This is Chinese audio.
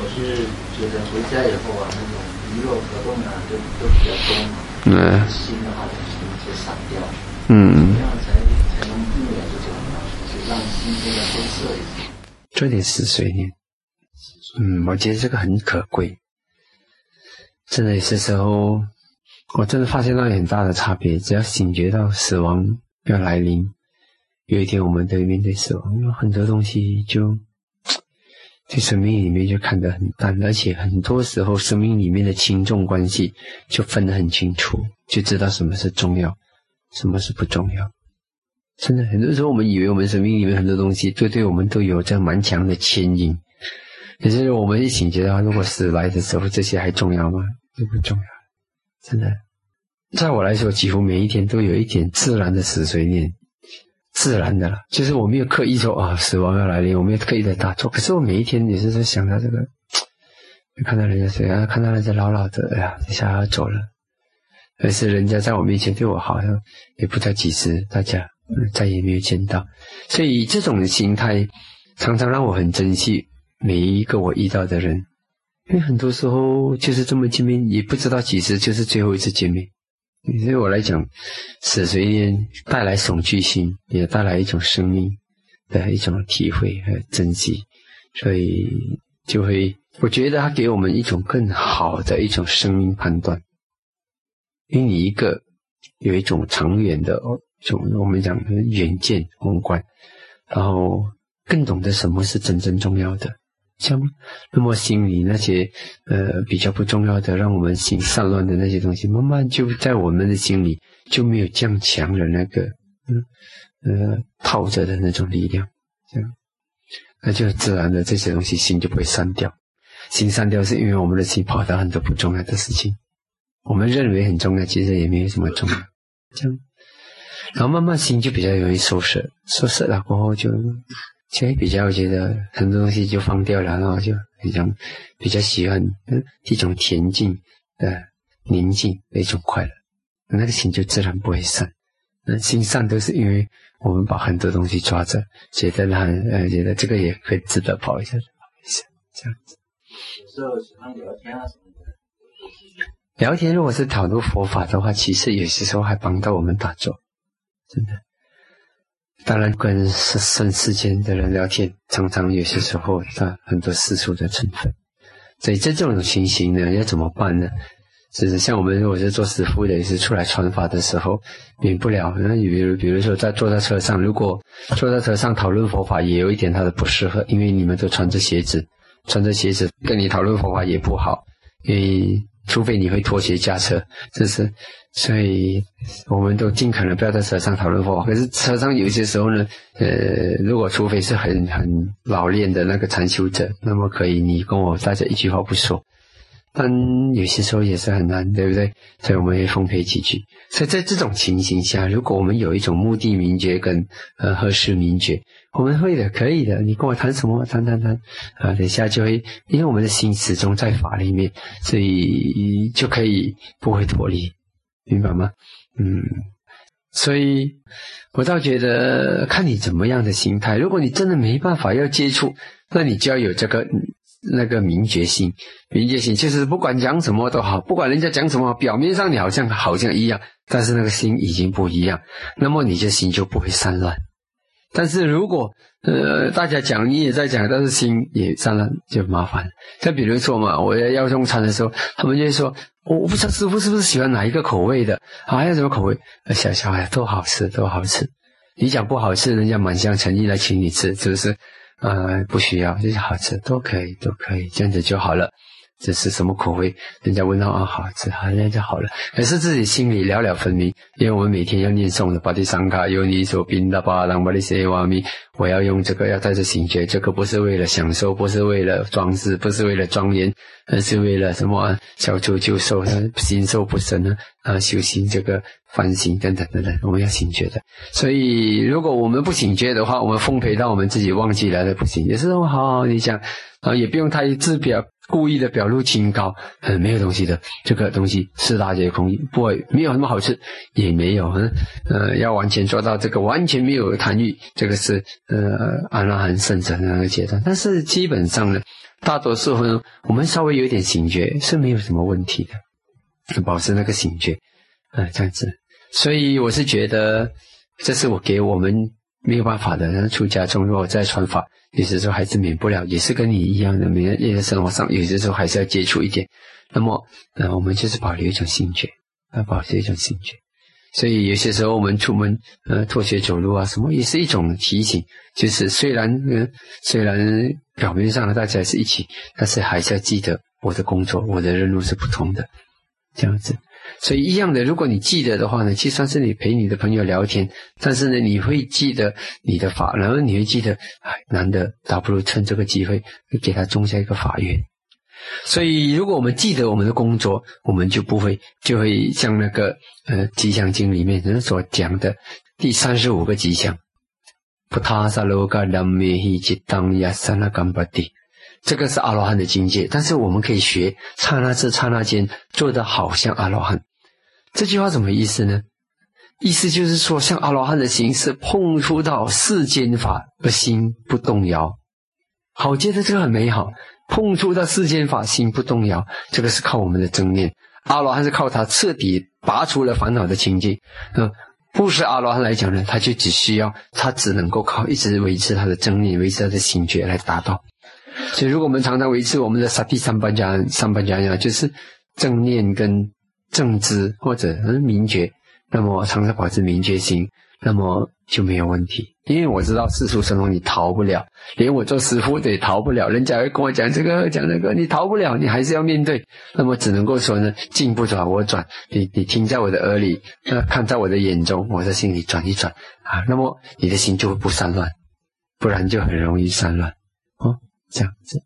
我是觉得回家以后啊，那种娱乐活动啊，都比较多嘛。心的话，就散掉。怎么样才能避免这种呢？就让心变得灰色一点。 做点死水念。我觉得这个很可贵。真的有些时候，我真的发现到很大的差别。只要醒觉到死亡要来临，有一天我们都会面对死亡，有很多东西就在生命里面就看得很淡，而且很多时候生命里面的轻重关系就分得很清楚，就知道什么是重要，什么是不重要。真的很多时候我们以为我们生命里面很多东西对我们都有这样蛮强的牵引，可是我们一醒觉到如果死来的时候，这些还重要吗？都不重要。真的在我来说，几乎每一天都有一点自然的死水念，自然的了，就是我没有刻意说死亡要来临，我没有刻意的打坐，可是我每一天也是在想到这个，看到人家谁看到人家老老的，等下要走了，而是人家在我面前对我好，像也不知道几时大家再也没有见到，所以这种心态常常让我很珍惜每一个我遇到的人，因为很多时候就是这么见面，也不知道几时就是最后一次见面。对我来讲，死水念带来恐惧心，也带来一种生命的一种体会和珍惜，所以就会，我觉得它给我们一种更好的一种生命判断。因为你有一种长远的我们讲远见宏观，然后更懂得什么是真正重要的。像那么心里那些比较不重要的，让我们心散乱的那些东西，慢慢就在我们的心里就没有这样强的那个套着的那种力量，这样那就自然的这些东西心就不会散掉。心散掉是因为我们的心跑到很多不重要的事情，我们认为很重要，其实也没有什么重要，这样然后慢慢心就比较容易收摄了过后就会比较觉得很多东西就放掉了，然后就比较喜欢一种恬静的宁静的一种快乐，那个心就自然不会散。那心散都是因为我们把很多东西抓着，觉得觉得这个也可以值得跑一下这样子。 有时候喜欢聊天什么的。 聊天如果是讨论佛法的话，其实有些时候还帮到我们打坐，真的。当然跟生世间的人聊天，常常有些时候很多世俗的成分，所以在这种情形呢，要怎么办呢？就是像我们如果是做师父的，也是出来传法的时候，免不了那比如说坐在车上，如果坐在车上讨论佛法，也有一点它的不适合，因为你们都穿着鞋子跟你讨论佛法也不好，因为除非你会脱鞋驾车，所以我们都尽可能不要在车上讨论佛法。可是车上有些时候呢，如果除非是很老练的那个禅修者，那么可以你跟我大家一句话不说，但有些时候也是很难，对不对？所以我们会奉陪几句。所以在这种情形下，如果我们有一种目的明觉跟合适明觉，我们会的，可以的，你跟我谈什么谈等一下就会，因为我们的心始终在法里面，所以就可以不会脱离，明白吗？所以我倒觉得看你怎么样的心态，如果你真的没办法要接触，那你就要有这个那个明觉心就是不管讲什么都好，不管人家讲什么，表面上你好像一样，但是那个心已经不一样，那么你的心就不会散乱。但是如果大家讲你也在讲，但是心也散乱，就麻烦了。像比如说嘛，我要用餐的时候，他们就会说我不知道师父是不是喜欢哪一个口味的要什么口味，小孩都好吃你讲不好吃，人家满腔诚意来请你吃，是不是？不需要，就是好吃都可以，这样子就好了。这是什么口味？人家问到好吃，那就好了。可是自己心里了了分明，因为我们每天要念诵的巴蒂桑卡尤尼所宾达巴朗巴利塞瓦米，我要用这个，要带着醒觉，这个不是为了享受，不是为了装饰，不是为了庄严，而是为了什么消除旧受，心受不生修行这个反省等等，我们要醒觉的。所以如果我们不醒觉的话，我们奉陪到我们自己忘记了的不行，也是好你讲也不用太故意的表露清高，没有东西的，这个东西四大皆空，不会没有什么好吃，也没有要完全做到这个完全没有贪欲，这个是阿那含圣者那个阶段。但是基本上呢， 大多数呢，我们稍微有点醒觉是没有什么问题的，保持那个醒觉，这样子。所以我是觉得，这是我给我们没有办法的。然后出家中，如果在传法，有些时候还是免不了，也是跟你一样的，每天的生活上，有些时候还是要接触一点。那么，我们就是保留一种醒觉，保持一种醒觉。所以有些时候我们出门，脱鞋走路啊，什么也是一种提醒。就是虽然表面上大家是一起，但是还是要记得我的工作，我的任务是不同的，这样子。所以一样的，如果你记得的话呢，就算是你陪你的朋友聊天，但是呢，你会记得你的法，然后你会记得，难得，倒不如趁这个机会给他种下一个法愿。所以如果我们记得我们的工作，我们就会像那个吉祥经里面人所讲的第35个吉祥，不他萨罗嘎南灭希吉当亚萨那甘巴蒂，这个是阿罗汉的境界，但是我们可以学刹那之刹那间做得好像阿罗汉。这句话什么意思呢？意思就是说，像阿罗汉的形式碰触到世间法而心不动摇。好，觉得这个很美好，碰触到世间法心不动摇，这个是靠我们的正念。阿罗汉是靠他彻底拔除了烦恼的情境。不是阿罗汉来讲呢，他就只能够靠一直维持他的正念，维持他的醒觉来达到。所以如果我们常常维持我们的萨提三班加就是正念跟正知或者明觉，那么常常保持明觉心，那么就没有问题。因为我知道世俗生活你逃不了，连我做师父的也逃不了，人家会跟我讲这个讲那个，你逃不了，你还是要面对。那么只能够说呢，境不转我转，你听在我的耳里，看在我的眼中，我的心里转一转那么你的心就会不散乱，不然就很容易散乱这样子。